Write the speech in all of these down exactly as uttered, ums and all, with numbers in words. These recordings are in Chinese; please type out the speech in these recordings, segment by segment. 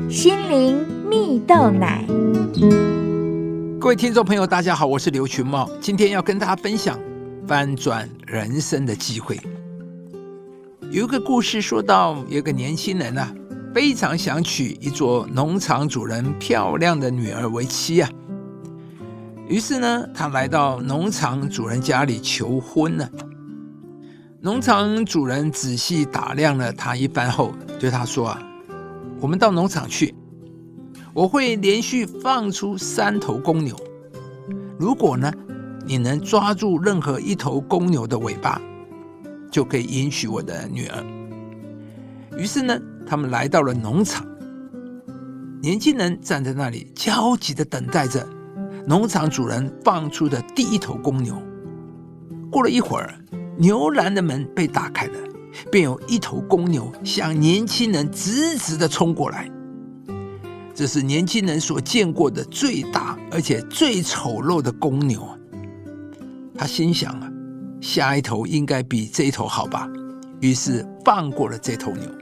心灵蜜豆奶。 各位听众朋友大家好，我是刘群茂，今天要跟大家分享翻转人生的机会。有一个故事说到，有一个年轻人啊，非常想娶一座农场主人漂亮的女儿为妻啊。于是呢，他来到农场主人家里求婚了。农场主人仔细打量了他一番后，对他说啊，我们到农场去，我会连续放出三头公牛，如果呢你能抓住任何一头公牛的尾巴，就可以迎娶我的女儿。于是呢，他们来到了农场，年轻人站在那里焦急地等待着农场主人放出的第一头公牛。过了一会儿，牛栏的门被打开了，便有一头公牛向年轻人直直地冲过来。这是年轻人所见过的最大而且最丑陋的公牛。他心想啊，下一头应该比这一头好吧，于是放过了这头牛。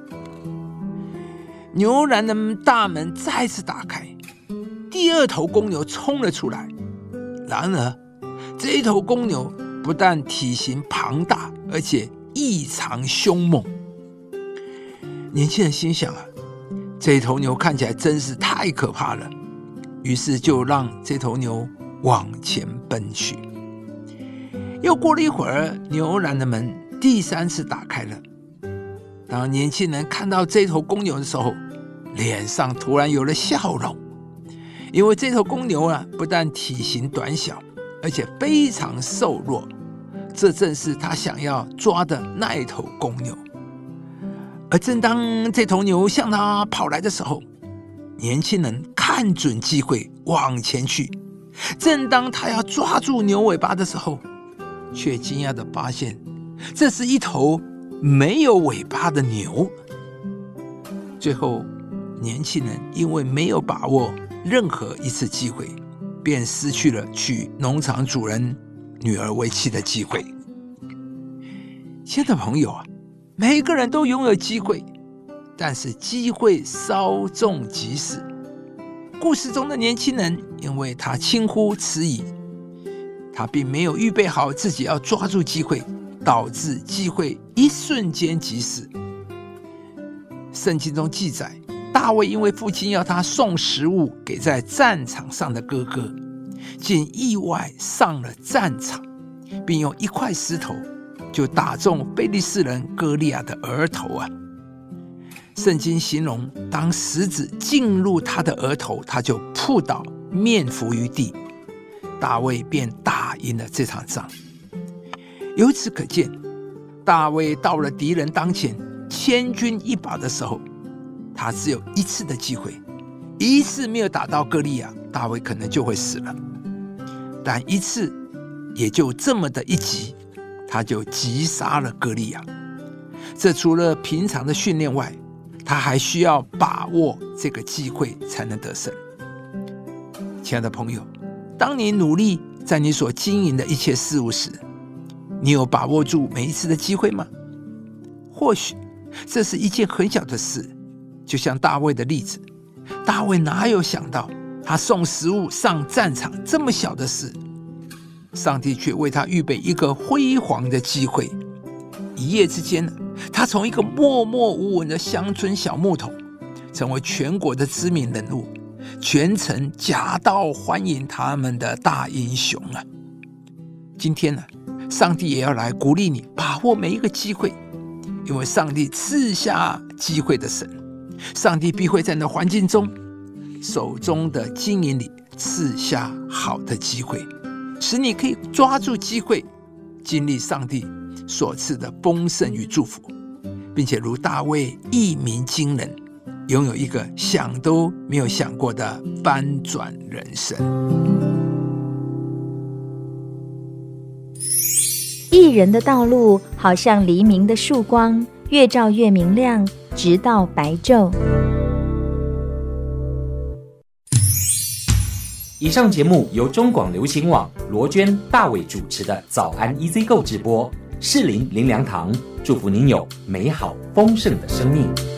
牛栏的大门再次打开，第二头公牛冲了出来。然而这一头公牛不但体型庞大，而且异常凶猛。年轻人心想啊，这头牛看起来真是太可怕了，于是就让这头牛往前奔去。又过了一会儿，牛栏的门第三次打开了。当年轻人看到这头公牛的时候，脸上突然有了笑容，因为这头公牛啊，不但体型短小，而且非常瘦弱，这正是他想要抓的那一头公牛。而正当这头牛向他跑来的时候，年轻人看准机会往前去。正当他要抓住牛尾巴的时候，却惊讶地发现这是一头没有尾巴的牛。最后年轻人因为没有把握任何一次机会，便失去了娶农场主人女儿为妻的机会。亲爱的朋友啊，每个人都拥有机会，但是机会稍纵即逝。故事中的年轻人因为他轻忽迟疑，他并没有预备好自己要抓住机会，导致机会一瞬间即逝。圣经中记载，大卫因为父亲要他送食物给在战场上的哥哥，竟意外上了战场，并用一块石头就打中非利士人歌利亚的额头啊！圣经形容，当石子进入他的额头，他就扑倒，面伏于地。大卫便打赢了这场仗。由此可见，大卫到了敌人当前，千钧一发的时候，他只有一次的机会，一次没有打到歌利亚，大卫可能就会死了。但一次也就这么的一击，他就击杀了歌利亚。这除了平常的训练外，他还需要把握这个机会才能得胜。亲爱的朋友，当你努力在你所经营的一切事物时，你有把握住每一次的机会吗？或许这是一件很小的事，就像大卫的例子，大卫哪有想到他送食物上战场这么小的事，上帝却为他预备一个辉煌的机会。一夜之间，他从一个默默无闻的乡村小牧童，成为全国的知名人物，全城夹道欢迎他们的大英雄啊！今天呢，上帝也要来鼓励你把握每一个机会，因为上帝赐下机会的神，上帝必会在那环境中，手中的经营里赐下好的机会，使你可以抓住机会，经历上帝所赐的丰盛与祝福，并且如大卫一鸣惊人，拥有一个想都没有想过的翻转人生。 义人的道路好像黎明的曙光，越照越明亮，直到白昼。 以上节目由中广流行网罗娟、大伟主持的早安 E Z 购直播，士林林良堂祝福您有美好丰盛的生命。